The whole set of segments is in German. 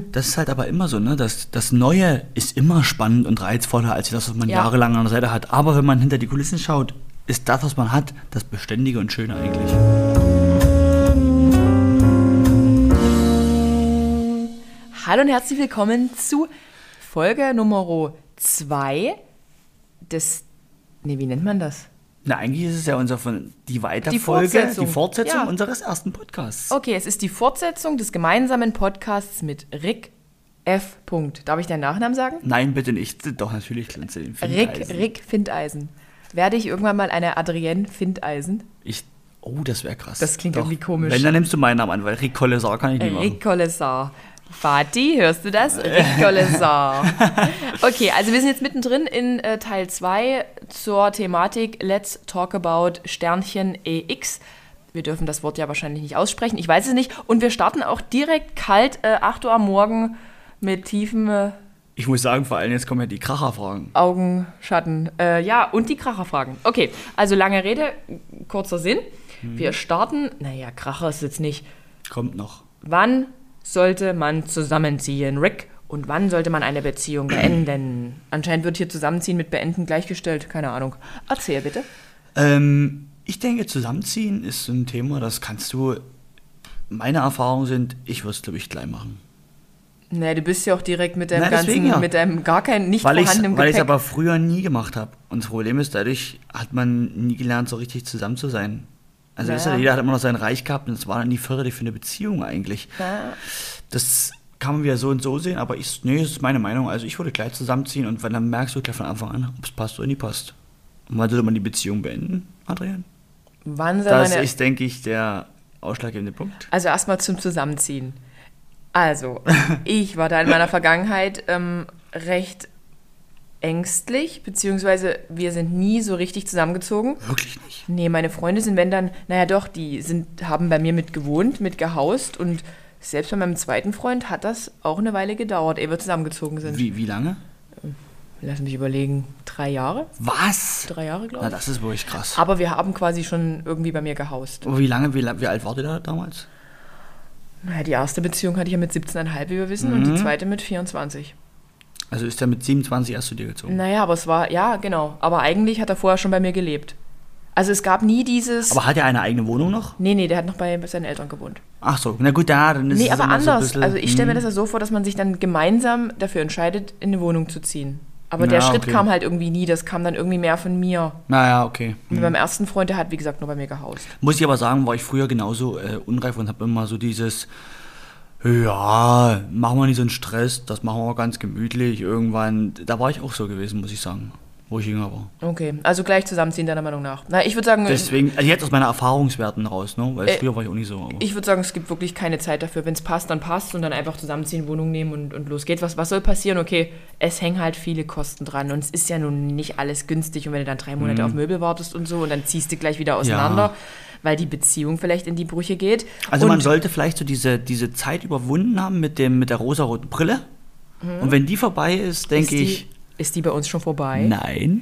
das ist halt aber immer so, ne? Das Neue ist immer spannend und reizvoller als das, was man jahrelang an der Seite hat. Aber wenn man hinter die Kulissen schaut, ist das, was man hat, das Beständige und Schöne eigentlich. Hallo und herzlich willkommen zu Folge Nummer 2 des, wie nennt man das? Na, eigentlich ist es ja die Weiterfolge, die Fortsetzung unseres ersten Podcasts. Okay, es ist die Fortsetzung des gemeinsamen Podcasts mit Rick F. Darf ich deinen Nachnamen sagen? Nein, bitte nicht. Doch, natürlich. Rick Findeisen. Werde ich irgendwann mal eine Adrienne Findeisen? Oh, das wäre krass. Das klingt irgendwie komisch. Wenn, dann nimmst du meinen Namen an, weil Rick Collessar kann ich nicht machen. Rick Collessar. Vati, hörst du das? Rick Collessar. Okay, also wir sind jetzt mittendrin in Teil 2 zur Thematik Let's Talk About Sternchen EX. Wir dürfen das Wort ja wahrscheinlich nicht aussprechen, ich weiß es nicht. Und wir starten auch direkt kalt, 8 Uhr am Morgen mit tiefen... Ich muss sagen, vor allem jetzt kommen ja die Kracherfragen. Augenschatten. Und die Kracherfragen. Okay, also lange Rede, kurzer Sinn. Wir starten, Kracher ist jetzt nicht. Kommt noch. Wann sollte man zusammenziehen, Rick? Und wann sollte man eine Beziehung beenden? Anscheinend wird hier Zusammenziehen mit Beenden gleichgestellt. Keine Ahnung. Erzähl bitte. Ich denke, Zusammenziehen ist so ein Thema, das kannst du... Meine Erfahrungen sind, ich würde es, glaube ich, gleich machen. Nee, du bist ja auch direkt mit deinem mit deinem gar kein nicht vorhandenen Gepäck. Weil ich es aber früher nie gemacht habe. Und das Problem ist, dadurch hat man nie gelernt, so richtig zusammen zu sein. Also jeder hat immer noch sein Reich gehabt und das war dann nie förderlich für eine Beziehung eigentlich. Ja. Das kann man wieder so und so sehen, aber das ist meine Meinung. Also ich würde gleich zusammenziehen und dann merkst du gleich von Anfang an, ob es passt oder nicht passt. Und wann sollte man die Beziehung beenden, Adrian? Das ist, denke ich, der ausschlaggebende Punkt. Also erstmal zum Zusammenziehen. Also, ich war da in meiner Vergangenheit recht ängstlich, beziehungsweise wir sind nie so richtig zusammengezogen. Wirklich nicht? Nee, meine Freunde sind, wenn dann, haben bei mir mitgewohnt, mitgehaust und selbst bei meinem zweiten Freund hat das auch eine Weile gedauert, ehe wir zusammengezogen sind. Wie lange? Lass mich überlegen, 3 Jahre. Was? 3 Jahre, glaube ich. Na, das ist wirklich krass. Aber wir haben quasi schon irgendwie bei mir gehaust. Aber wie alt wart ihr da damals? Naja, die erste Beziehung hatte ich ja mit 17,5, wie wir wissen, und die zweite mit 24. Also ist er mit 27 erst zu dir gezogen? Naja, aber es war, ja, genau. Aber eigentlich hat er vorher schon bei mir gelebt. Also es gab nie dieses... Aber hat er eine eigene Wohnung noch? Nee, der hat noch bei seinen Eltern gewohnt. Ach so, na gut, dann ist es aber anders. So ein bisschen, also ich stelle mir das ja so vor, dass man sich dann gemeinsam dafür entscheidet, in eine Wohnung zu ziehen. Aber der Schritt kam halt irgendwie nie, das kam dann irgendwie mehr von mir. Naja, okay. Mit meinem ersten Freund, der hat, wie gesagt, nur bei mir gehaust. Muss ich aber sagen, war ich früher genauso unreif und habe immer so dieses... Ja, machen wir nicht so einen Stress, das machen wir ganz gemütlich. Irgendwann, da war ich auch so gewesen, muss ich sagen, wo ich jünger war. Okay, also gleich zusammenziehen, deiner Meinung nach. Na, ich würde sagen... Deswegen, also jetzt aus meinen Erfahrungswerten raus, ne? Weil früher war ich auch nicht so. Aber. Ich würde sagen, es gibt wirklich keine Zeit dafür. Wenn es passt, dann passt und dann einfach zusammenziehen, Wohnung nehmen und los geht's. Was soll passieren? Okay, es hängen halt viele Kosten dran und es ist ja nun nicht alles günstig. Und wenn du dann 3 Monate auf Möbel wartest und so und dann ziehst du gleich wieder auseinander... Ja. Weil die Beziehung vielleicht in die Brüche geht. Also man sollte vielleicht so diese Zeit überwunden haben mit der rosaroten Brille. Und wenn die vorbei ist, denke ich... Ist die bei uns schon vorbei? Nein.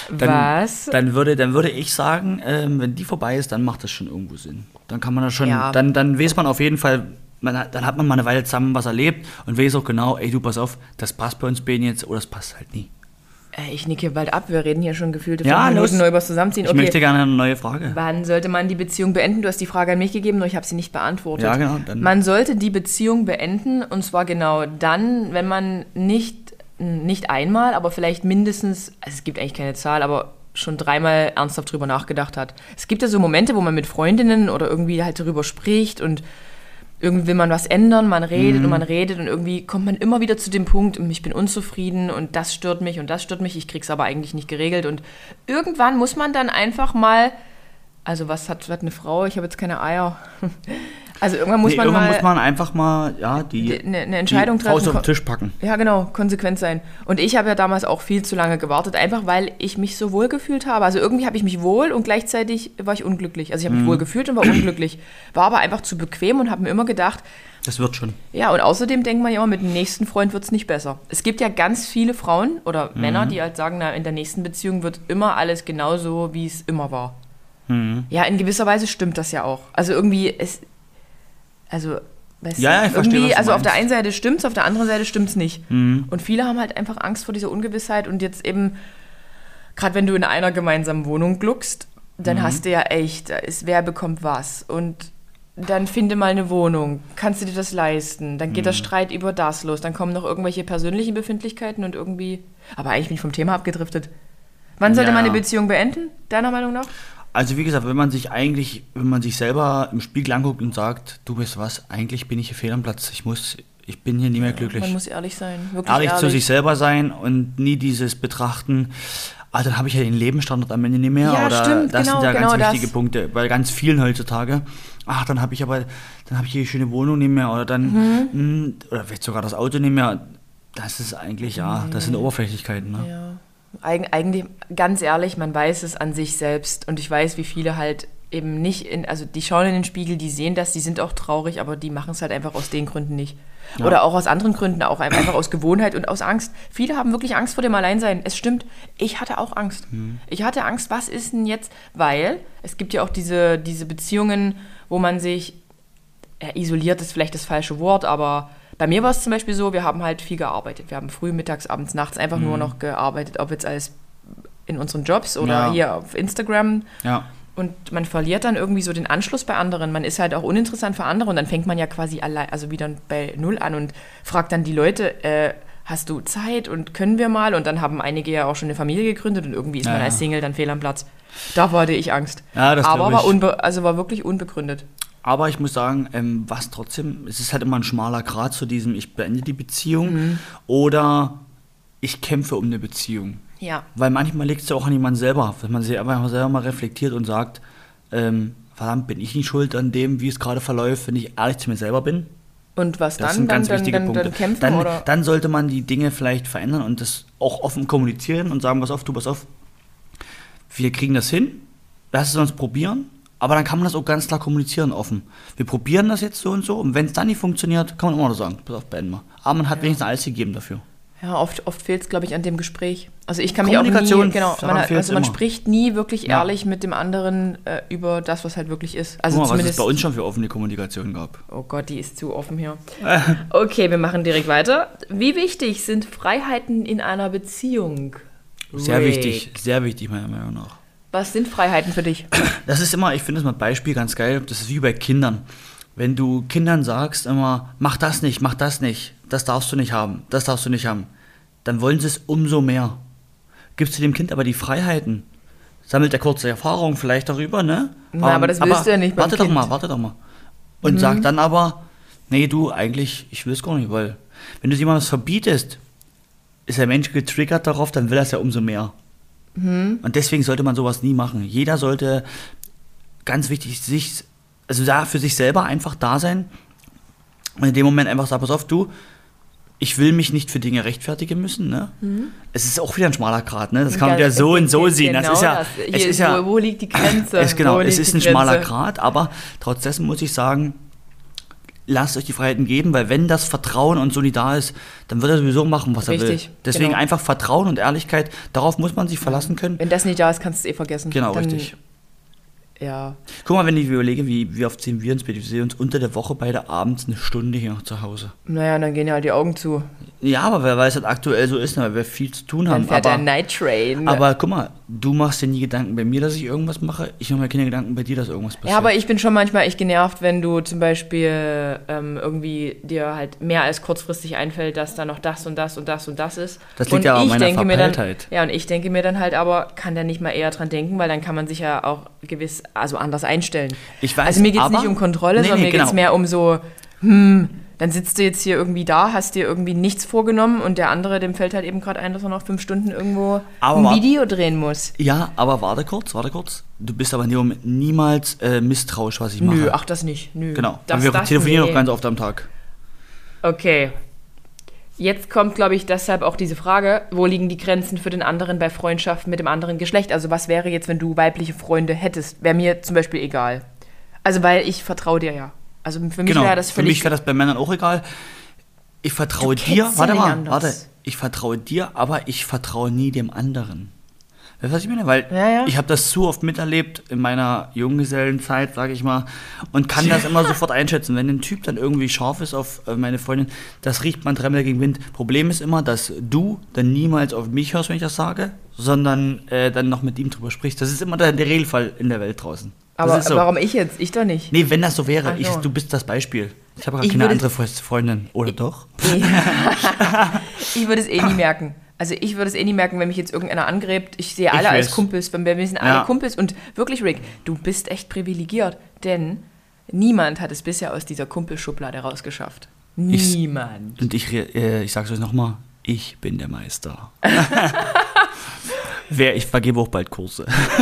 Was? Dann würde ich sagen, wenn die vorbei ist, dann macht das schon irgendwo Sinn. Dann kann man das schon... Ja. Dann weiß man auf jeden Fall... Dann hat man mal eine Weile zusammen was erlebt und weiß auch genau, ey du, pass auf, das passt bei uns beiden jetzt oder das passt halt nie. Ich nicke bald ab, wir reden hier schon gefühlte 5 Minuten nur über das Zusammenziehen. Ich möchte gerne eine neue Frage. Wann sollte man die Beziehung beenden? Du hast die Frage an mich gegeben, nur ich habe sie nicht beantwortet. Ja, genau. Man sollte die Beziehung beenden und zwar genau dann, wenn man nicht einmal, aber vielleicht mindestens, also es gibt eigentlich keine Zahl, aber schon 3-mal ernsthaft drüber nachgedacht hat. Es gibt ja so Momente, wo man mit Freundinnen oder irgendwie halt darüber spricht und irgendwie will man was ändern, man redet und man redet und irgendwie kommt man immer wieder zu dem Punkt, ich bin unzufrieden und das stört mich, ich krieg's aber eigentlich nicht geregelt und irgendwann muss man dann einfach mal, also was hat eine Frau, ich habe jetzt keine Eier, also irgendwann muss man einfach mal eine Entscheidung treffen. Faust auf den Tisch packen. Ja, genau, konsequent sein. Und ich habe ja damals auch viel zu lange gewartet, einfach weil ich mich so wohl gefühlt habe. Also irgendwie habe ich mich wohl und gleichzeitig war ich unglücklich. Also ich habe mich wohl gefühlt und war unglücklich. War aber einfach zu bequem und habe mir immer gedacht... Das wird schon. Ja, und außerdem denkt man ja immer, mit dem nächsten Freund wird es nicht besser. Es gibt ja ganz viele Frauen oder Männer, die halt sagen, in der nächsten Beziehung wird immer alles genauso, wie es immer war. Ja, in gewisser Weise stimmt das ja auch. Also irgendwie... Also Weißt Ja, du? ich verstehe, Irgendwie, was du also auf der meinst. einen Seite stimmt's, auf der anderen Seite stimmt's nicht. Und viele haben halt einfach Angst vor dieser Ungewissheit und jetzt eben, gerade wenn du in einer gemeinsamen Wohnung gluckst, dann hast du ja echt, da ist, wer bekommt was und dann finde mal eine Wohnung, kannst du dir das leisten, dann geht der Streit über das los, dann kommen noch irgendwelche persönlichen Befindlichkeiten und irgendwie, aber eigentlich bin ich vom Thema abgedriftet. Wann sollte Ja. man eine Beziehung beenden, deiner Meinung nach? Also wie gesagt, wenn man sich selber im Spiegel anguckt und sagt, du bist was, eigentlich bin ich hier fehl am Platz, ich bin hier nie mehr glücklich. Man muss ehrlich sein, wirklich Ehrlich zu sich selber sein und nie dieses Betrachten, dann habe ich ja den Lebensstandard am Ende nicht mehr. Ja, oder stimmt, das genau, sind ja genau ganz das. wichtige Punkte, bei ganz vielen heutzutage. Dann habe ich hier die schöne Wohnung nicht mehr oder oder vielleicht sogar das Auto nicht mehr. Das ist eigentlich, das sind Oberflächlichkeiten. Ne? Ja. Eigentlich, ganz ehrlich, man weiß es an sich selbst und ich weiß, wie viele halt eben nicht, also die schauen in den Spiegel, die sehen das, die sind auch traurig, aber die machen es halt einfach aus den Gründen nicht. Ja. Oder auch aus anderen Gründen, auch einfach aus Gewohnheit und aus Angst. Viele haben wirklich Angst vor dem Alleinsein. Es stimmt, ich hatte auch Angst. Ich hatte Angst, was ist denn jetzt, weil es gibt ja auch diese Beziehungen, wo man sich, isoliert ist vielleicht das falsche Wort, aber bei mir war es zum Beispiel so, wir haben halt viel gearbeitet. Wir haben früh, mittags, abends, nachts einfach nur noch gearbeitet, ob jetzt alles in unseren Jobs oder hier auf Instagram. Ja. Und man verliert dann irgendwie so den Anschluss bei anderen. Man ist halt auch uninteressant für andere und dann fängt man ja quasi allein, also wieder bei Null an und fragt dann die Leute, hast du Zeit und können wir mal? Und dann haben einige ja auch schon eine Familie gegründet und irgendwie ist man als Single dann fehl am Platz. Da hatte ich Angst. Ja, das aber ich. war wirklich unbegründet. Aber ich muss sagen, was trotzdem, es ist halt immer ein schmaler Grat zu diesem, ich beende die Beziehung oder ich kämpfe um eine Beziehung. Ja. Weil manchmal liegt es ja auch an jemandem selber, wenn man sich einfach selber mal reflektiert und sagt, verdammt, bin ich nicht schuld an dem, wie es gerade verläuft, wenn ich ehrlich zu mir selber bin? Und was Das dann? sind ganz wichtige Punkte. Dann kämpfen oder? Dann sollte man die Dinge vielleicht verändern und das auch offen kommunizieren und sagen, pass auf, wir kriegen das hin, lass es uns probieren, aber dann kann man das auch ganz klar kommunizieren offen. Wir probieren das jetzt so und wenn es dann nicht funktioniert, kann man immer noch sagen, pass auf, beenden wir. Aber man hat wenigstens alles gegeben dafür. Ja, oft fehlt es, glaube ich, an dem Gespräch. Also ich kann mich auch nie, man spricht nie wirklich ehrlich mit dem anderen über das, was halt wirklich ist. Also was es bei uns schon für offene Kommunikation gab. Oh Gott, die ist zu offen hier. Okay, wir machen direkt weiter. Wie wichtig sind Freiheiten in einer Beziehung? Sehr wichtig meiner Meinung nach. Was sind Freiheiten für dich? Das ist immer, ich finde das mal ein Beispiel ganz geil, das ist wie bei Kindern. Wenn du Kindern sagst immer, mach das nicht, das darfst du nicht haben, dann wollen sie es umso mehr. Gibst du dem Kind aber die Freiheiten, sammelt er kurze Erfahrung vielleicht darüber, ne? Na, aber das willst du ja nicht beim Warte doch mal. Und sagt dann aber, nee, du, eigentlich, ich will es gar nicht, weil wenn du jemandem was verbietest, ist der Mensch getriggert darauf, dann will er es ja umso mehr. Und deswegen sollte man sowas nie machen. Jeder sollte, ganz wichtig, da für sich selber einfach da sein und in dem Moment einfach sagen, pass auf, du, ich will mich nicht für Dinge rechtfertigen müssen, ne? Es ist auch wieder ein schmaler Grat, ne? Das kann man ja so und so sehen. Genau das ist ja, wo liegt die Grenze? Es ist ein schmaler Grat, aber trotzdem muss ich sagen, lasst euch die Freiheiten geben, weil wenn das Vertrauen und so nicht da ist, dann wird er sowieso machen, was er will. Deswegen einfach Vertrauen und Ehrlichkeit, darauf muss man sich verlassen können. Wenn das nicht da ist, kannst du es vergessen. Genau, dann, richtig. Ja. Guck mal, wenn ich überlege, wie oft sehen wir uns bitte? Wir sehen uns unter der Woche beide abends eine Stunde hier zu Hause. Naja, dann gehen ja halt die Augen zu. Ja, aber wer weiß, was aktuell so ist, weil wir viel zu tun haben. Dann fährt der Night Train. Aber guck mal, du machst dir nie Gedanken bei mir, dass ich irgendwas mache. Ich mache mir keine Gedanken bei dir, dass irgendwas passiert. Ja, aber ich bin schon manchmal echt genervt, wenn du zum Beispiel irgendwie dir halt mehr als kurzfristig einfällt, dass da noch das und das und das und das ist. Das liegt ja an meiner Verpeiltheit. Ja, und ich denke mir dann halt aber, kann der nicht mal eher dran denken, weil dann kann man sich ja auch anders einstellen. Ich weiß, also mir geht es nicht um Kontrolle, sondern mir geht es mehr um so, dann sitzt du jetzt hier irgendwie da, hast dir irgendwie nichts vorgenommen und der andere, dem fällt halt eben gerade ein, dass er noch 5 Stunden irgendwo ein Video drehen muss. Ja, aber warte kurz. Du bist aber niemals misstrauisch, was ich mache. Nö, ach das nicht. Nö. Genau, wir telefonieren noch ganz oft am Tag. Okay. Jetzt kommt, glaube ich, deshalb auch diese Frage, wo liegen die Grenzen für den anderen bei Freundschaften mit dem anderen Geschlecht? Also was wäre jetzt, wenn du weibliche Freunde hättest? Wäre mir zum Beispiel egal. Also weil ich vertraue dir ja. Also für mich wäre das völlig... Für mich wäre das bei Männern auch egal. Ich vertraue dir, ich vertraue dir, aber ich vertraue nie dem anderen. Weißt du, was ich meine? Weil Ja. ich habe das zu oft miterlebt in meiner Junggesellenzeit, sage ich mal, und kann das immer sofort einschätzen. Wenn ein Typ dann irgendwie scharf ist auf meine Freundin, das riecht man dreimal gegen Wind. Problem ist immer, dass du dann niemals auf mich hörst, wenn ich das sage, sondern dann noch mit ihm drüber sprichst. Das ist immer der Regelfall in der Welt draußen. Das Aber ist so. warum ich jetzt? Ich doch nicht. Nee, wenn das so wäre, Ach so. du bist das Beispiel. Ich habe gar Ich keine würde- andere Freundin. Oder doch? Ich würde es eh nie merken. Also ich würde es eh nie merken, wenn mich jetzt irgendeiner angräbt. Ich sehe alle Ich als weiß. Kumpels, wir sind alle Ja. Kumpels. Und wirklich, Rick, du bist echt privilegiert, denn niemand hat es bisher aus dieser Kumpelschublade rausgeschafft. Niemand. Und ich sag's euch nochmal, ich bin der Meister. Ich vergebe auch bald Kurse.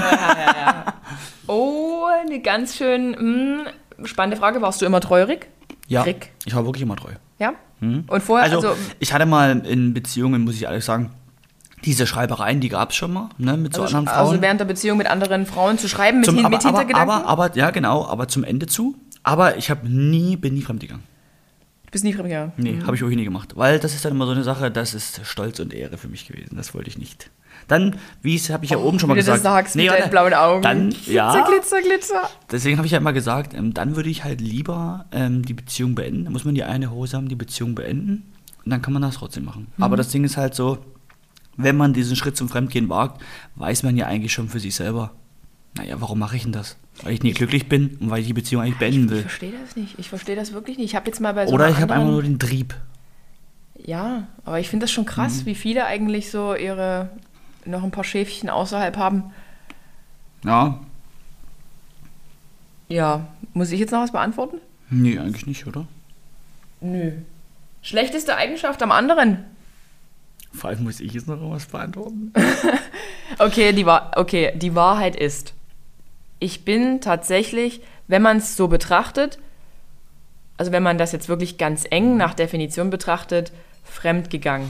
Oh, eine ganz schön spannende Frage. Warst du immer treurig? Ja, Rick? ich war wirklich immer treu. Ja? Und vorher, Also, ich hatte mal in Beziehungen, muss ich ehrlich sagen, diese Schreibereien, die gab es schon mal, ne, mit so anderen Frauen. also während der Beziehung mit anderen Frauen zu schreiben, mit Hintergedanken? Ja, genau, aber zum Ende zu. Aber ich bin nie fremdgegangen. Du bist nie fremdgegangen. Nee, habe ich auch nie gemacht. Weil das ist dann immer so eine Sache, das ist Stolz und Ehre für mich gewesen. Das wollte ich nicht. Dann, habe ich ja oben schon mal Wie du gesagt. das sagst, mit warte. deinen blauen Augen. Dann, ja. Glitzer, Glitzer. Deswegen habe ich ja immer gesagt, dann würde ich halt lieber die Beziehung beenden. Da muss man die eine Hose haben, die Beziehung beenden. Und dann kann man das trotzdem machen. Aber das Ding ist halt so, wenn man diesen Schritt zum Fremdgehen wagt, weiß man ja eigentlich schon für sich selber, naja, warum mache ich denn das? Weil ich nie glücklich bin und weil ich die Beziehung eigentlich beenden Ich will. verstehe das nicht. Ich verstehe das wirklich nicht. Ich habe jetzt mal bei so Oder einer ich habe einfach anderen- nur den Trieb. Ja, aber ich finde das schon krass, wie viele eigentlich so ihre noch ein paar Schäfchen außerhalb haben. Ja, Ja, muss ich jetzt noch was beantworten? nee, eigentlich nicht, oder? Nö. Schlechteste Eigenschaft am anderen? Vor allem muss ich jetzt noch was beantworten. Okay, die Wahrheit ist, ich bin tatsächlich, wenn man es so betrachtet, also wenn man das jetzt wirklich ganz eng nach Definition betrachtet, fremdgegangen.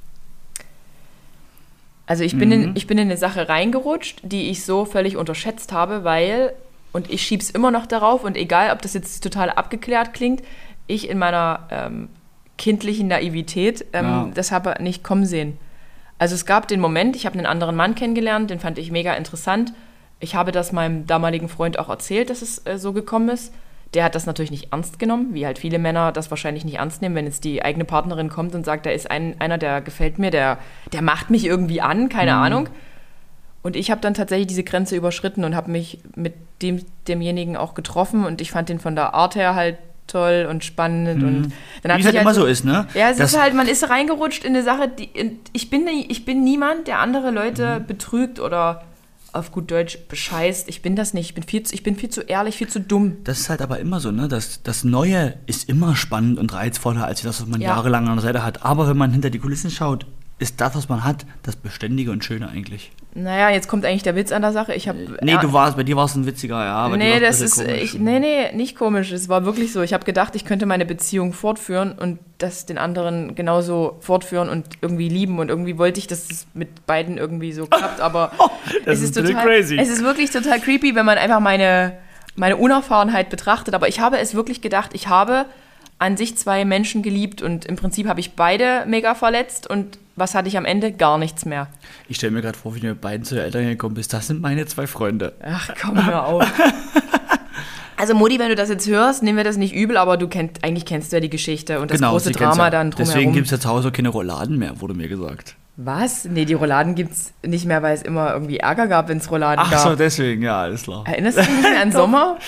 Also ich bin in eine Sache reingerutscht, die ich so völlig unterschätzt habe, und ich schieb's immer noch darauf, und egal, ob das jetzt total abgeklärt klingt, ich in meiner kindlichen Naivität das habe nicht kommen sehen. Also es gab den Moment, ich habe einen anderen Mann kennengelernt, den fand ich mega interessant. Ich habe das meinem damaligen Freund auch erzählt, dass es so gekommen ist. Der hat das natürlich nicht ernst genommen, wie halt viele Männer das wahrscheinlich nicht ernst nehmen, wenn jetzt die eigene Partnerin kommt und sagt, da ist einer, der gefällt mir, der macht mich irgendwie an, keine Ahnung. Und ich habe dann tatsächlich diese Grenze überschritten und habe mich mit demjenigen auch getroffen, und ich fand den von der Art her halt toll und spannend. Und dann Wie es halt immer so ist, ne? Ja, es ist halt, man ist reingerutscht in eine Sache, ich bin niemand, der andere Leute betrügt oder auf gut Deutsch bescheißt. Ich bin das nicht. Ich bin viel zu ehrlich, viel zu dumm. Das ist halt aber immer so, ne? Das Neue ist immer spannend und reizvoller als das, was man jahrelang an der Seite hat. Aber wenn man hinter die Kulissen schaut, ist das, was man hat, das Beständige und Schöne eigentlich. Naja, jetzt kommt eigentlich der Witz an der Sache. Bei dir war es ein witziger, ja. Aber Nee, das ist komisch. Nicht komisch. Es war wirklich so. Ich habe gedacht, ich könnte meine Beziehung fortführen und das den anderen genauso fortführen und irgendwie lieben. Und irgendwie wollte ich, dass es mit beiden irgendwie so klappt. Aber Das es ist total total crazy. Es ist wirklich total creepy, wenn man einfach meine Unerfahrenheit betrachtet. Aber ich habe es wirklich gedacht, ich habe an sich 2 Menschen geliebt und im Prinzip habe ich beide mega verletzt, und was hatte ich am Ende? Gar nichts mehr. Ich stelle mir gerade vor, wie du mit beiden zu den Eltern gekommen bist. Das sind meine 2 Freunde. Ach, komm, hör auf. Also Mutti, wenn du das jetzt hörst, nehmen wir das nicht übel, aber eigentlich kennst du ja die Geschichte und das große sie kennt's Drama ja. dann drumherum. Deswegen gibt es ja zu Hause keine Rouladen mehr, wurde mir gesagt. Was? Nee, die Rouladen gibt's nicht mehr, weil es immer irgendwie Ärger gab, wenn es Rouladen Ach gab. so, deswegen, ja, alles klar. Erinnerst du dich nicht mehr an Sommer?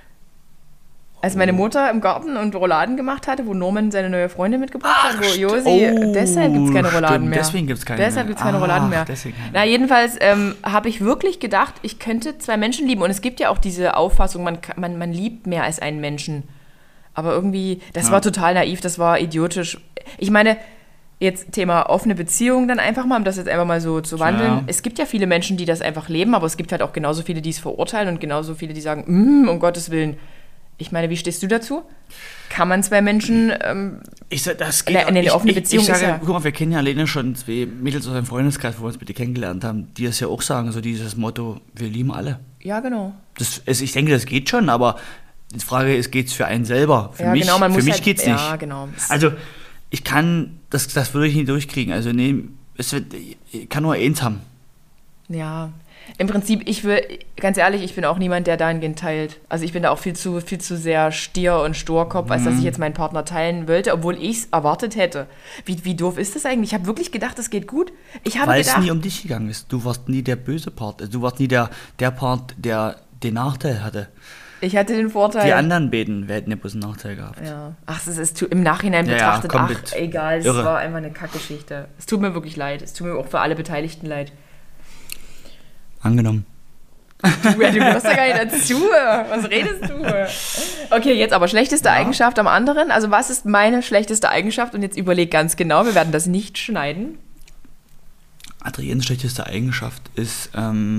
Als meine Mutter im Garten und Rouladen gemacht hatte, wo Norman seine neue Freundin mitgebracht hat, wo Josi, deshalb gibt es keine Rouladen stimmt, mehr. deswegen gibt's keine Deshalb mehr. gibt es keine Rouladen mehr. Deswegen. Na, jedenfalls habe ich wirklich gedacht, ich könnte 2 Menschen lieben. Und es gibt ja auch diese Auffassung, man liebt mehr als einen Menschen. Aber irgendwie, das war total naiv, das war idiotisch. Ich meine, jetzt Thema offene Beziehung dann einfach mal, um das jetzt einfach mal so zu wandeln. Ja. Es gibt ja viele Menschen, die das einfach leben, aber es gibt halt auch genauso viele, die es verurteilen und genauso viele, die sagen, um Gottes Willen. Ich meine, wie stehst du dazu? Kann man 2 Menschen Das geht eine offene Beziehung ich sage, ist ja... guck mal, wir kennen ja alleine schon 2 Mädels aus einem Freundeskreis, wo wir uns bitte kennengelernt haben, die das ja auch sagen, so dieses Motto, wir lieben alle. Ja, genau. Ich denke, das geht schon, aber die Frage ist, geht's für einen selber? Für mich, genau, man für muss mich halt, geht's nicht. Ja, genau. Also, ich kann, das würde ich nicht durchkriegen. Also, nee, ich kann nur eins haben. Ja, im Prinzip, ganz ehrlich, ich bin auch niemand, der dahingehend teilt. Also ich bin da auch viel zu sehr Stier und Sturkopf, als dass ich jetzt meinen Partner teilen wollte, obwohl ich es erwartet hätte. Wie doof ist das eigentlich? Ich habe wirklich gedacht, das geht gut. Weil es nie um dich gegangen ist. Du warst nie der böse Part. Du warst nie der Part, der den Nachteil hatte. Ich hatte den Vorteil. Die anderen beiden hätten ja bloß einen Nachteil gehabt. Ja. Ach, es ist im Nachhinein betrachtet, egal, es war einfach eine Kackgeschichte. Es tut mir wirklich leid. Es tut mir auch für alle Beteiligten leid. Angenommen. Du hörst ja gar nicht dazu. Was redest du? Okay, jetzt aber schlechteste Eigenschaft am anderen. Also was ist meine schlechteste Eigenschaft? Und jetzt überleg ganz genau, wir werden das nicht schneiden. Adriens schlechteste Eigenschaft ist,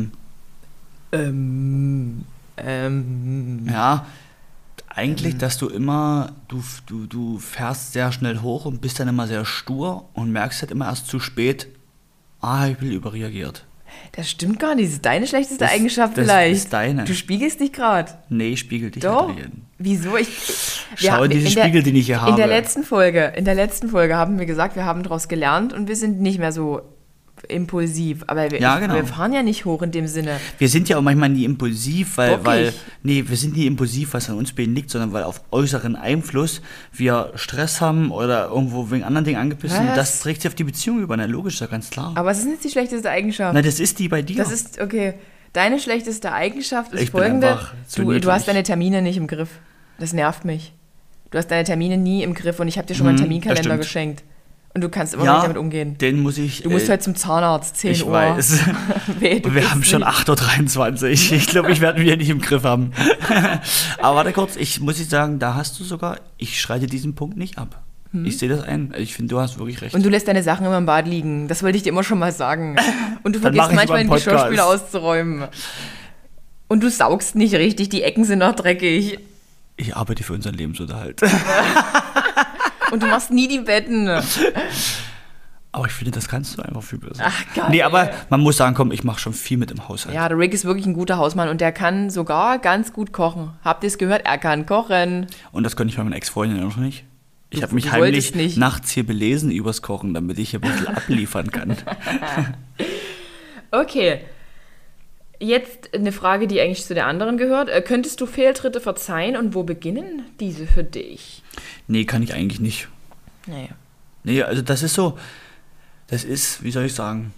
ja, eigentlich, dass du immer, du fährst sehr schnell hoch und bist dann immer sehr stur und merkst halt immer erst zu spät, ich bin überreagiert. Das stimmt gar nicht. Das ist deine schlechteste Eigenschaft vielleicht. Das ist deine. Du spiegelst dich gerade. Nee, ich spiegel dich. Doch. Adrian. Wieso? Schau in diesen Spiegel, den ich hier habe. In der letzten Folge haben wir gesagt, wir haben daraus gelernt und wir sind nicht mehr so impulsiv. Aber wir fahren ja nicht hoch in dem Sinne. Wir sind ja auch manchmal nie impulsiv, wir sind nie impulsiv, was an uns beiden liegt, sondern weil auf äußeren Einfluss wir Stress haben oder irgendwo wegen anderen Dingen angepisst sind. Das trägt sich auf die Beziehung über. Na, logisch, ist ja ganz klar. Aber es ist nicht die schlechteste Eigenschaft. Nein, das ist die bei dir. Das ist, okay. Deine schlechteste Eigenschaft ist folgende. Du hast deine Termine nicht im Griff. Das nervt mich. Du hast deine Termine nie im Griff und ich habe dir schon mal einen Terminkalender geschenkt. Und du kannst immer noch nicht damit umgehen. Den muss ich... Du musst heute zum Zahnarzt, 10 ich Uhr. Weiß. Wir haben schon 8.23 Uhr. Ich glaube, ich werde ihn nicht im Griff haben. Aber warte kurz, muss sagen, da hast du sogar... Ich schreite diesen Punkt nicht ab. Ich sehe das ein. Ich finde, du hast wirklich recht. Und du lässt deine Sachen immer im Bad liegen. Das wollte ich dir immer schon mal sagen. Und du vergisst manchmal den Geschirrspüler auszuräumen. Und du saugst nicht richtig, die Ecken sind noch dreckig. Ich arbeite für unseren Lebensunterhalt. Und du machst nie die Betten. Aber ich finde, das kannst du einfach viel besser. Ach, geil. Nee, aber man muss sagen, komm, ich mache schon viel mit im Haushalt. Ja, der Rick ist wirklich ein guter Hausmann und der kann sogar ganz gut kochen. Habt ihr es gehört? Er kann kochen. Und das konnte ich bei meiner Ex-Freundin noch nicht. Ich habe mich heimlich nachts hier belesen übers Kochen, damit ich hier ein bisschen abliefern kann. Okay. Jetzt eine Frage, die eigentlich zu der anderen gehört. Könntest du Fehltritte verzeihen und wo beginnen diese für dich? Nee, kann ich eigentlich nicht. Nee, also das ist, wie soll ich sagen,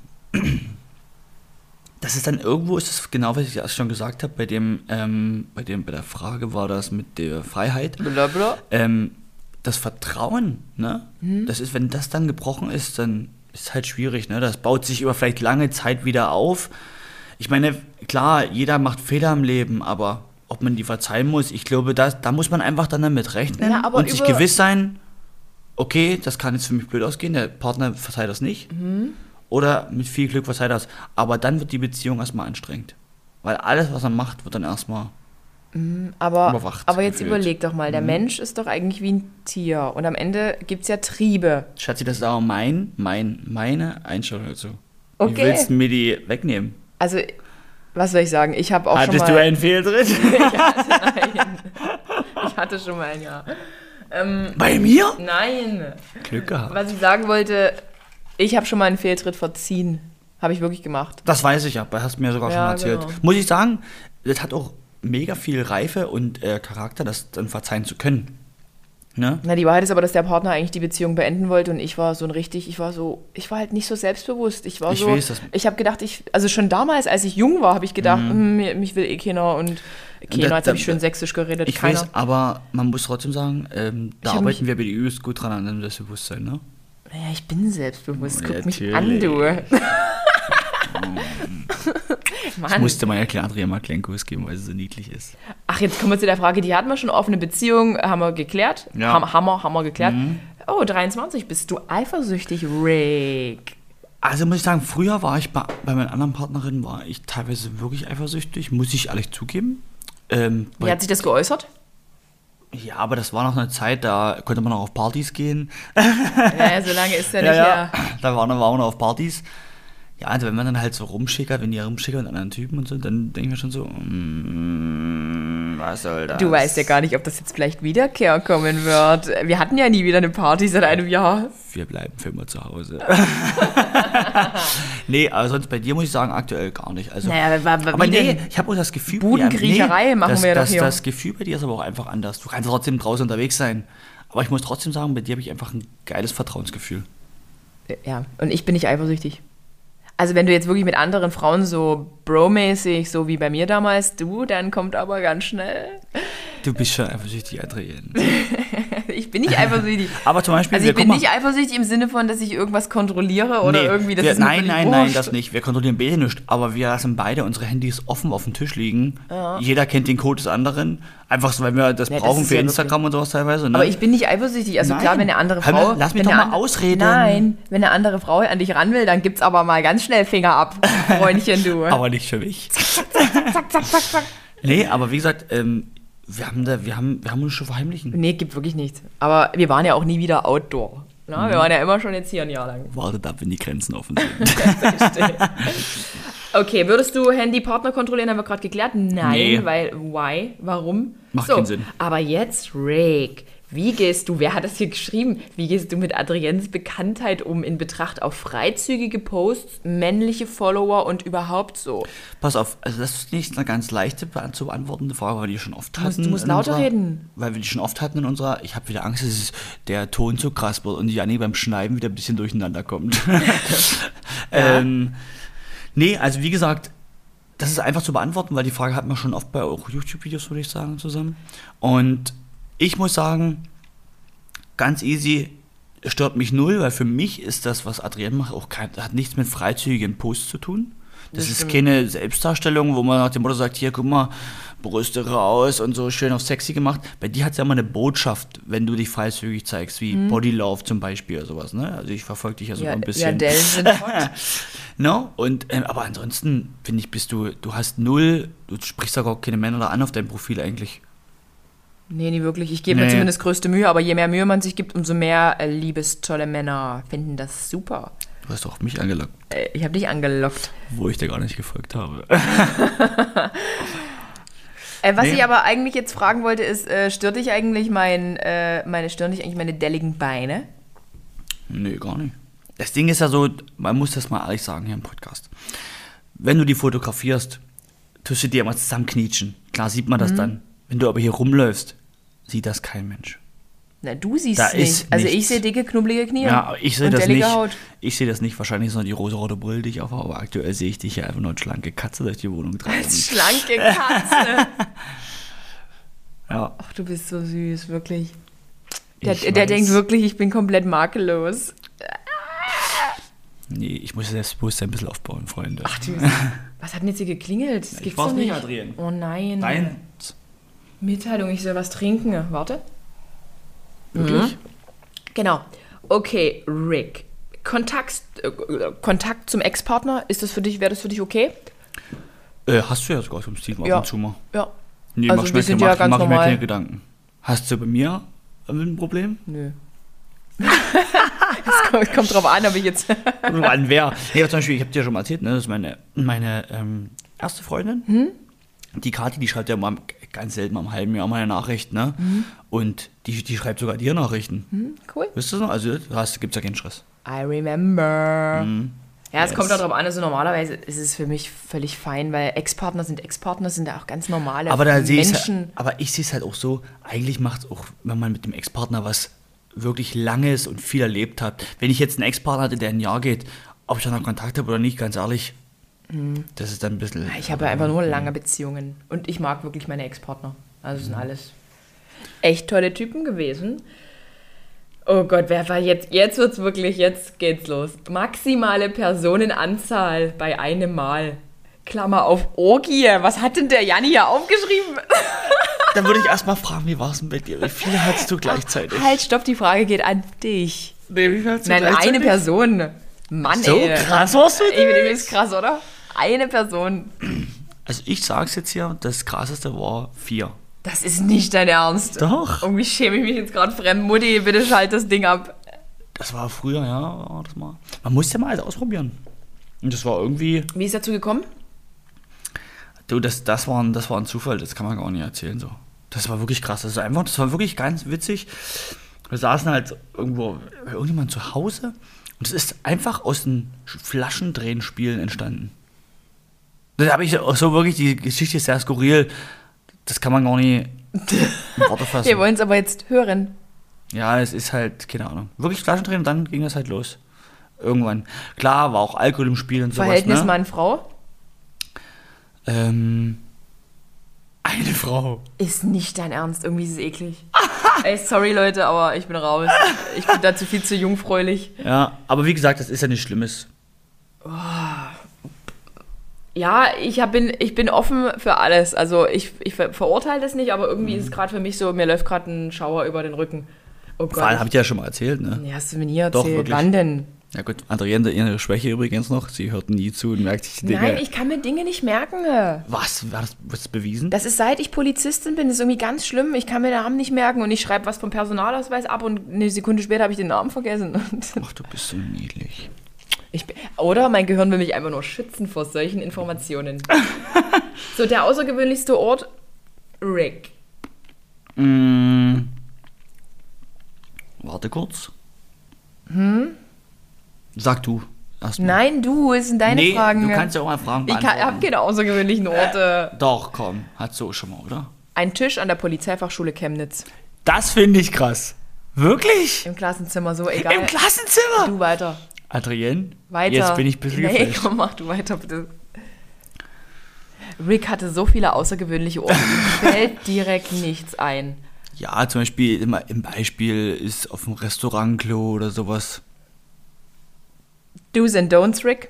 das ist dann irgendwo, ist es genau, was ich erst schon gesagt habe, bei der Frage war das mit der Freiheit. Blablabla. Das Vertrauen, ne? Das ist, wenn das dann gebrochen ist, dann ist es halt schwierig, ne? Das baut sich über vielleicht lange Zeit wieder auf. Ich meine, klar, jeder macht Fehler im Leben, aber ob man die verzeihen muss, ich glaube, da muss man einfach dann damit rechnen und sich gewiss sein, okay, das kann jetzt für mich blöd ausgehen, der Partner verzeiht das nicht. Oder mit viel Glück verzeiht das. Aber dann wird die Beziehung erstmal anstrengend. Weil alles, was er macht, wird dann erstmal überwacht. Aber jetzt überleg doch mal, der Mensch ist doch eigentlich wie ein Tier. Und am Ende gibt es ja Triebe. Schatzi, das ist auch meine Einstellung dazu. Okay. Wie willst du mir die wegnehmen? Also, was soll ich sagen? Ich habe auch schon mal... Hattest du einen Fehltritt? Ich hatte schon mal einen, ja. Bei mir? Nein. Glück gehabt. Was ich sagen wollte, ich habe schon mal einen Fehltritt verziehen. Habe ich wirklich gemacht. Das weiß ich ja, hast du mir sogar schon erzählt. Genau. Muss ich sagen, das hat auch mega viel Reife und Charakter, das dann verzeihen zu können. Ne? Na, die Wahrheit ist aber, dass der Partner eigentlich die Beziehung beenden wollte und ich war halt nicht so selbstbewusst. Ich habe gedacht, also schon damals, als ich jung war, habe ich gedacht, mich will keiner und keiner, jetzt habe ich schön sächsisch geredet. Ich weiß, aber man muss trotzdem sagen, da arbeiten wir bei die übelst gut dran an dem Selbstbewusstsein, ne? Naja, ich bin selbstbewusst, guck mich an, du. Ich musste mal erklären, Adrian mal kleinen Kuss geben, weil sie so niedlich ist. Ach, jetzt kommen wir zu der Frage, die hatten wir schon, offene Beziehung, haben wir geklärt. Ja. Haben wir geklärt. Oh, 23, bist du eifersüchtig, Rick? Also muss ich sagen, früher war ich bei meinen anderen Partnerinnen, war ich teilweise wirklich eifersüchtig, muss ich ehrlich zugeben. Wie hat sich das geäußert? Ja, aber das war noch eine Zeit, da konnte man auch auf Partys gehen. Ja, so lange ist der nicht her. Da waren wir noch auf Partys. Ja, also wenn man dann halt so rumschickert, wenn die rumschickern mit anderen Typen und so, dann denke ich mir schon so, Was soll das? Du weißt ja gar nicht, ob das jetzt vielleicht Wiederkehr kommen wird. Wir hatten ja nie wieder eine Party seit einem Jahr. Wir bleiben für immer zu Hause. Nee, aber sonst bei dir muss ich sagen, aktuell gar nicht. Also, aber nee, ich habe auch das Gefühl... Budengriecherei machen wir doch hier. Das Gefühl bei dir ist aber auch einfach anders. Du kannst trotzdem draußen unterwegs sein. Aber ich muss trotzdem sagen, bei dir habe ich einfach ein geiles Vertrauensgefühl. Ja, und ich bin nicht eifersüchtig. Also wenn du jetzt wirklich mit anderen Frauen so bro-mäßig, so wie bei mir damals, dann kommt aber ganz schnell. Du bist schon eifersüchtig, Adrienne. Ich bin nicht eifersüchtig. Aber zum Beispiel... Also ich bin nicht eifersüchtig im Sinne von, dass ich irgendwas kontrolliere oder irgendwie... Das Nein, das nicht. Wir kontrollieren beide nicht. Aber wir lassen beide unsere Handys offen auf dem Tisch liegen. Ja. Jeder kennt den Code des anderen. Einfach so, weil wir das brauchen für Instagram und sowas teilweise. Ne? Aber ich bin nicht eifersüchtig. Also klar, wenn eine andere Frau... Lass mich doch mal ausreden. Nein, wenn eine andere Frau an dich ran will, dann gibt's aber mal ganz schnell Finger ab, Freundchen, du. Aber nicht für mich. Zack. Nee, aber wie gesagt... Wir haben uns schon verheimlichen. Nee, gibt wirklich nichts. Aber wir waren ja auch nie wieder Outdoor. Na, wir waren ja immer schon jetzt hier ein Jahr lang. Wartet ab, wenn die Grenzen offen sind. Okay, würdest du Handy-Partner kontrollieren? Haben wir gerade geklärt? Nein, nee. Weil, why? Warum? Macht keinen Sinn. Aber jetzt, Rick, wie gehst du, wer hat das hier geschrieben, wie gehst du mit Adriennes Bekanntheit um in Betracht auf freizügige Posts, männliche Follower und überhaupt so? Pass auf, also das ist nicht eine ganz leichte zu beantwortende Frage, weil wir die schon oft hatten. Du musst lauter reden. Weil wir die schon oft hatten in unserer, ich habe wieder Angst, dass der Ton zu krass wird und die Janni beim Schneiden wieder ein bisschen durcheinander kommt. Ja. Nee, also wie gesagt, das ist einfach zu beantworten, weil die Frage hatten wir schon oft bei auch YouTube-Videos, würde ich sagen, zusammen. Und ich muss sagen, ganz easy, stört mich null, weil für mich ist das, was Adrienne macht, auch hat nichts mit freizügigen Posts zu tun. Das ist keine Selbstdarstellung, wo man nach dem Motto sagt, hier, guck mal, Brüste raus und so schön auf sexy gemacht. Bei dir hat es ja immer eine Botschaft, wenn du dich freizügig zeigst, wie Body Love zum Beispiel oder sowas. Ne? Also ich verfolge dich ja sogar ein bisschen. Ja, Dellen sind hot. No? Und, aber ansonsten, finde ich, du hast null, du sprichst ja gar keine Männer da an auf deinem Profil eigentlich. Nee, nicht wirklich. Ich gebe mir zumindest größte Mühe, aber je mehr Mühe man sich gibt, umso mehr liebstolle Männer finden das super. Du hast doch mich angelockt. Ich habe dich angelockt. Wo ich dir gar nicht gefolgt habe. Was ich aber eigentlich jetzt fragen wollte, ist, stört dich eigentlich meine delligen Beine? Nee, gar nicht. Das Ding ist ja so, man muss das mal ehrlich sagen hier im Podcast. Wenn du die fotografierst, tust du dir immer zusammenknietschen. Klar sieht man das dann. Wenn du aber hier rumläufst, sieht das kein Mensch. Na, du siehst es nicht. Also ich sehe dicke, knubbelige Knie. Ja, ich sehe das nicht. Haut. Ich sehe das nicht. Wahrscheinlich ist noch die rosa-rote Brille, die ich aufhabe. Aber aktuell sehe ich dich ja einfach nur als schlanke Katze durch die Wohnung treiben. Als schlanke Katze? Ja. Ach, du bist so süß, wirklich. Der denkt wirklich, ich bin komplett makellos. Nee, ich muss das Selbstbewusstsein ein bisschen aufbauen, Freunde. Ach du, was hat denn jetzt hier geklingelt? Das gibt's doch nicht. Adrienne. Oh nein. Nein. Mitteilung, ich soll was trinken. Warte. Wirklich? Genau. Okay, Rick. Kontakt zum Ex-Partner, wäre das für dich okay? Hast du ja sogar vom Steve ab und zu mal. Ja. Nee, also wir sind ja ganz normal. Mach ich mir keine Gedanken. Hast du bei mir ein Problem? Nö. Es kommt drauf an, ob ich jetzt... An wer? Nee, zum Beispiel, ich habe dir schon mal erzählt, ne, das ist meine erste Freundin. Die Kathi, die schreibt ja mal ganz selten mal im halben Jahr mal eine Nachricht, ne? Und die schreibt sogar dir Nachrichten. Cool. Wisst ihr das noch? Also gibt's ja keinen Stress. I remember. Ja, es kommt darauf an, also normalerweise ist es für mich völlig fein, weil Ex-Partner sind ja auch ganz normale Menschen. Aber ich sehe es halt auch so, eigentlich macht es auch, wenn man mit dem Ex-Partner was wirklich Langes und viel erlebt hat. Wenn ich jetzt einen Ex-Partner hatte, der ein Jahr geht, ob ich da noch Kontakt habe oder nicht, ganz ehrlich, das ist dann ein bisschen... Ich habe ja einfach nur lange Beziehungen und ich mag wirklich meine Ex-Partner. Also sind alles echt tolle Typen gewesen. Oh Gott, wer war jetzt wird's wirklich, jetzt geht's los. Maximale Personenanzahl bei einem Mal. Klammer auf Orgie. Was hat denn der Janni hier aufgeschrieben? Dann würde ich erstmal fragen, wie war es denn bei dir? Wie viele hattest du gleichzeitig? Halt, stopp, die Frage geht an dich. Nee, wie viel hattest du Nein, gleichzeitig? eine Person. Mann, so ey. Krass warst du das ist krass, oder? Eine Person. Also ich sag's jetzt hier, das Krasseste war 4. Das ist nicht dein Ernst. Doch. Irgendwie schäme ich mich jetzt gerade fremd. Mutti, bitte schalt das Ding ab. Das war früher, ja. Man musste ja mal alles ausprobieren. Und das war irgendwie... Wie ist dazu gekommen? Du, das war ein Zufall, das kann man gar nicht erzählen so. Das war wirklich krass. Das war wirklich ganz witzig. Wir saßen halt irgendwo bei irgendjemand zu Hause und es ist einfach aus den Flaschendrehenspielen entstanden. Da habe ich auch so wirklich, die Geschichte ist sehr skurril. Das kann man gar nicht in Worte fassen. Wir wollen es aber jetzt hören. Ja, es ist halt, keine Ahnung. Wirklich Flaschendrehen und dann ging das halt los. Irgendwann. Klar, war auch Alkohol im Spiel und sowas. Verhältnis ne? Mann-Frau? Eine Frau. Ist nicht dein Ernst, irgendwie ist es eklig. Ey, sorry Leute, aber ich bin raus. Ich bin dazu viel zu jungfräulich. Ja, aber wie gesagt, das ist ja nichts Schlimmes. Ja, ich bin offen für alles. Also ich verurteile das nicht, aber irgendwie ist es gerade für mich so, mir läuft gerade ein Schauer über den Rücken. Oh Gott. Vor allem habe ich dir ja schon mal erzählt, ne? Nee, hast du mir nie erzählt. Doch, wirklich. Wann denn? Ja gut, Adrienne, ihre Schwäche übrigens noch. Sie hört nie zu und merkt sich die Dinge. Nein, ich kann mir Dinge nicht merken. Was? War das bewiesen? Das ist, seit ich Polizistin bin, das ist irgendwie ganz schlimm. Ich kann mir den Namen nicht merken und ich schreibe was vom Personalausweis ab und eine Sekunde später habe ich den Namen vergessen. Ach, du bist so niedlich. Oder mein Gehirn will mich einfach nur schützen vor solchen Informationen. So, der außergewöhnlichste Ort, Rick. Warte kurz. Sag du erstmal. Nein, du, es sind deine Fragen. Du kannst ja auch mal Fragen Ich beantworten. habe keine außergewöhnlichen Orte. Doch, komm. Hat so schon mal, oder? Ein Tisch an der Polizeifachschule Chemnitz. Das finde ich krass. Wirklich? Im Klassenzimmer, so egal. Im Klassenzimmer? Du weiter. Adrienne? Weiter. Jetzt bin ich ein bisschen Nee, geflasht. komm, mach du weiter, bitte. Rick hatte so viele außergewöhnliche Orte, ihm fällt direkt nichts ein. Ja, zum Beispiel immer im Beispiel ist auf dem Restaurantklo oder sowas. Do's and Don'ts, Rick?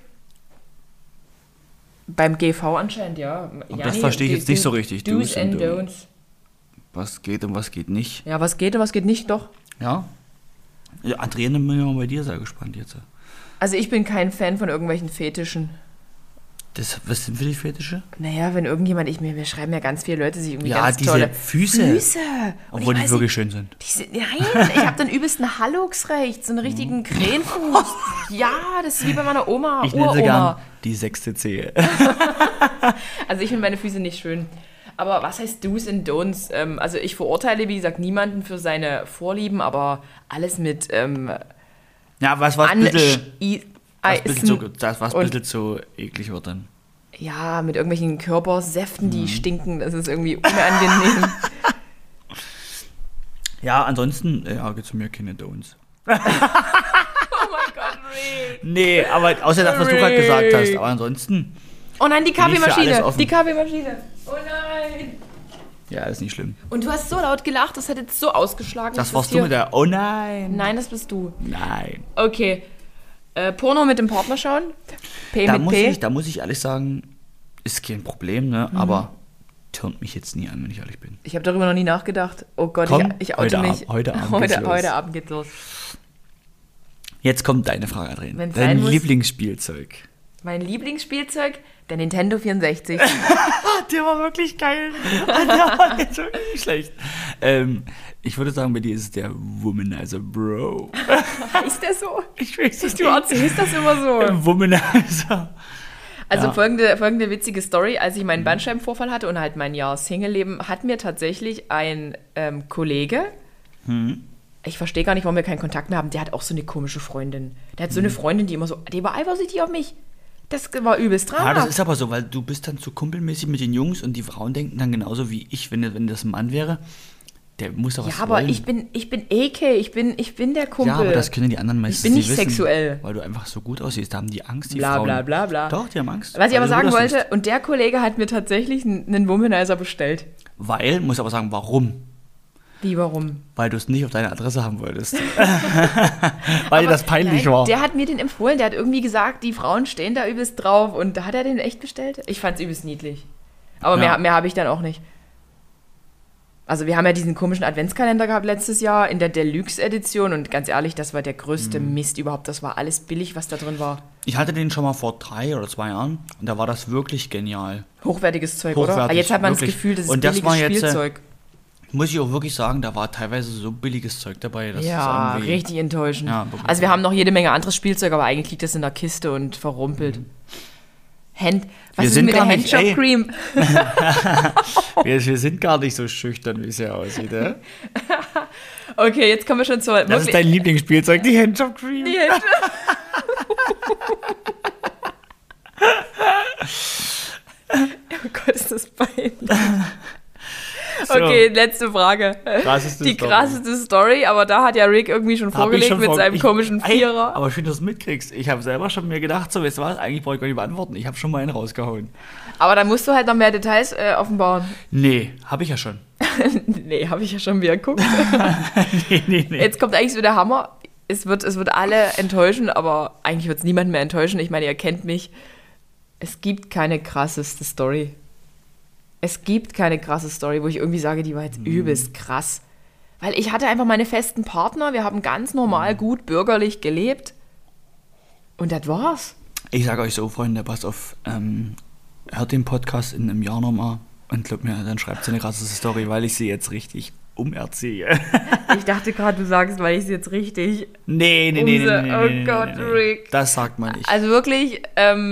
Beim GV anscheinend, ja. Aber das verstehe ich jetzt nicht so richtig. Do's and Don'ts. Was geht und was geht nicht. Ja, was geht und was geht nicht, doch. Ja. Ja, Adrienne, bin ich mal bei dir sehr gespannt jetzt. Also ich bin kein Fan von irgendwelchen Fetischen. Was sind für die Fetische? Naja, wenn irgendjemand, mir schreiben ja ganz viele Leute sich irgendwie Ja, ganz diese tolle Füße. Und Obwohl ich die weiß wirklich nicht, schön sind. Nein, ich habe dann übelsten Hallux rechts, so einen richtigen Krähenfuß. Ja, das ist wie bei meiner Oma, Ich nenne sie Uroma. gern die 6. Zehe. Also ich finde meine Füße nicht schön. Aber was heißt Do's and Don'ts? Also ich verurteile, wie gesagt, niemanden für seine Vorlieben, aber alles mit Ja, was ein bisschen zu eklig wird dann. Ja, mit irgendwelchen Körpersäften, die stinken, das ist irgendwie unangenehm. Ja, ansonsten, gibt es mir keine Don'ts. Oh mein Gott, Rick. Nee, aber außer das, was du gerade gesagt hast. Aber ansonsten, Oh nein, die Bin ich für alles Kaffeemaschine. offen. Die Kaffeemaschine. Oh nein. ja, ist nicht schlimm. Und du hast so laut gelacht, das hat jetzt so ausgeschlagen. Das dass warst hier- du mit der, oh nein. Nein, das bist du. Nein. Okay. Porno mit dem Partner schauen. P mit P. Da muss ich ehrlich sagen, ist kein Problem, ne? Aber turnt mich jetzt nie an, wenn ich ehrlich bin. Ich habe darüber noch nie nachgedacht. Oh Gott, Komm, ich oute mich. heute Abend geht's los. Heute Abend geht's los. Jetzt kommt deine Frage, Adrienne. Wenn's Dein sein muss. Lieblingsspielzeug. Mein Lieblingsspielzeug, der Nintendo 64. Der war wirklich geil. Der war jetzt wirklich nicht schlecht. Ich würde sagen, bei dir ist es der Womanizer Bro. Heißt der so? Ich weiß es Du erzählst das immer so. Womanizer. Also Ja. folgende witzige Story. Als ich meinen Bandscheibenvorfall hatte und halt mein Jahr Single-Leben, hat mir tatsächlich ein Kollege, ich verstehe gar nicht, warum wir keinen Kontakt mehr haben, der hat auch so eine komische Freundin. Der hat so eine Freundin, die war eifersüchtig auf mich. Das war übelst Ja, traumhaft. das ist aber so, weil du bist dann zu kumpelmäßig mit den Jungs und die Frauen denken dann genauso wie ich, wenn das ein Mann wäre. Der muss doch was Ja, aber wollen. ich bin AK, ich bin der Kumpel. Ja, aber das können die anderen meistens bin nicht wissen, sexuell. Weil du einfach so gut aussiehst. Da haben die Angst, die Bla, Frauen. bla, bla, bla. Doch, die haben Angst. Was ich weil aber du sagen gut aussiehst. wollte, und der Kollege hat mir tatsächlich einen Womanizer bestellt. Weil, muss aber sagen, warum? Wie, warum? Weil du es nicht auf deine Adresse haben wolltest. Weil dir das peinlich Nein, war. Der hat mir den empfohlen, der hat irgendwie gesagt, die Frauen stehen da übelst drauf und da hat er den echt bestellt. Ich fand's übelst niedlich. Aber Ja. mehr habe ich dann auch nicht. Also wir haben ja diesen komischen Adventskalender gehabt letztes Jahr in der Deluxe-Edition und ganz ehrlich, das war der größte Mist überhaupt. Das war alles billig, was da drin war. Ich hatte den schon mal vor 3 oder 2 Jahren und da war das wirklich genial. Hochwertiges Zeug, oder? Hochwertig, Aber jetzt hat man wirklich. das Gefühl, das ist Und das billiges war jetzt, Spielzeug. Muss ich auch wirklich sagen, da war teilweise so billiges Zeug dabei. Dass Ja, es irgendwie, richtig enttäuschend. Ja, wirklich. Also wir haben noch jede Menge anderes Spielzeug, aber eigentlich liegt das in der Kiste und verrumpelt. Was ist mit der Handjob-Cream? Wir sind gar nicht so schüchtern, wie es ja aussieht, ja? Okay, jetzt kommen wir schon zur... Das ist dein Lieblingsspielzeug, die Handjob-Cream. Die Handjob. Oh Gott, ist das peinlich. So. Okay, letzte Frage. Die krasseste Story, aber da hat ja Rick irgendwie schon vorgelegt mit seinem komischen Vierer. Aber schön, dass du es mitkriegst. Ich habe selber schon mir gedacht, so, weißt du was, eigentlich brauche ich gar nicht beantworten. Ich habe schon mal einen rausgehauen. Aber da musst du halt noch mehr Details offenbaren. Nee, habe ich ja schon. Nee, habe ich ja schon wieder geguckt. Nee. Jetzt kommt eigentlich so der Hammer. Es wird alle enttäuschen, aber eigentlich wird es niemanden mehr enttäuschen. Ich meine, ihr kennt mich. Es gibt keine krasseste Story. Es gibt keine krasse Story, wo ich irgendwie sage, die war jetzt übelst krass. Weil ich hatte einfach meine festen Partner, wir haben ganz normal, gut, bürgerlich gelebt. Und das war's. Ich sage euch so, Freunde, passt auf, hört den Podcast in einem Jahr nochmal und glaubt mir, dann schreibt sie eine krasse Story, weil ich sie jetzt richtig umerziehe. Ich dachte gerade, du sagst, weil ich sie jetzt richtig... Nee. Oh Gott, Rick. Das sagt man nicht. Also wirklich,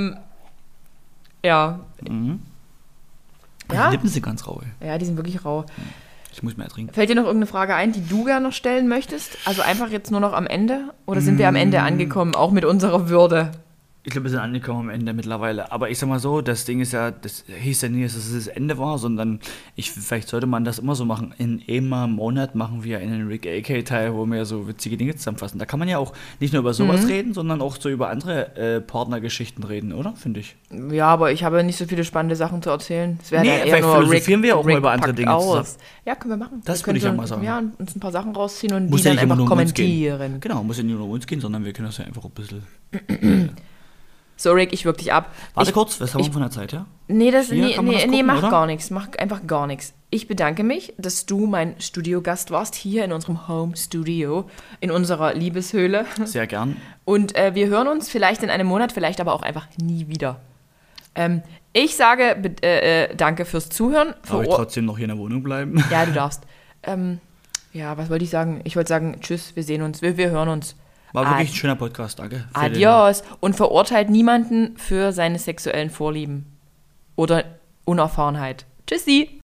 ja... Ja? Die Lippen sind ganz rau. Ja, die sind wirklich rau. Ich muss mehr trinken. Fällt dir noch irgendeine Frage ein, die du gerne noch stellen möchtest? Also einfach jetzt nur noch am Ende? Oder sind wir am Ende angekommen, auch mit unserer Würde? Ich glaube, wir sind angekommen am Ende mittlerweile. Aber ich sag mal so, das Ding ist ja, das hieß ja nie, dass es das Ende war, sondern vielleicht sollte man das immer so machen. In einem Monat machen wir einen Rick AK-Teil, wo wir so witzige Dinge zusammenfassen. Da kann man ja auch nicht nur über sowas reden, sondern auch so über andere Partnergeschichten reden, oder? Finde ich. Ja, aber ich habe nicht so viele spannende Sachen zu erzählen. Es wäre eher nur philosophieren wir auch mal über andere Dinge zusammen. Ja, können wir machen. Das würde ich ja mal sagen. Ja, uns ein paar Sachen rausziehen und die dann einfach kommentieren. Genau, muss ja nicht nur um uns gehen, sondern wir können das ja einfach ein bisschen... So, Rick, ich wirke dich ab. Warte kurz, was haben wir von der Zeit, ja? Nee, mach gar nichts. Mach einfach gar nichts. Ich bedanke mich, dass du mein Studiogast warst, hier in unserem Home Studio, in unserer Liebeshöhle. Sehr gern. Und wir hören uns vielleicht in einem Monat, vielleicht aber auch einfach nie wieder. Ich sage danke fürs Zuhören. Darf ich trotzdem noch hier in der Wohnung bleiben? Ja, du darfst. Ja, was wollte ich sagen? Ich wollte sagen, tschüss, wir sehen uns, wir hören uns. War wirklich ein schöner Podcast, danke. Adios. Und verurteilt niemanden für seine sexuellen Vorlieben oder Unerfahrenheit. Tschüssi.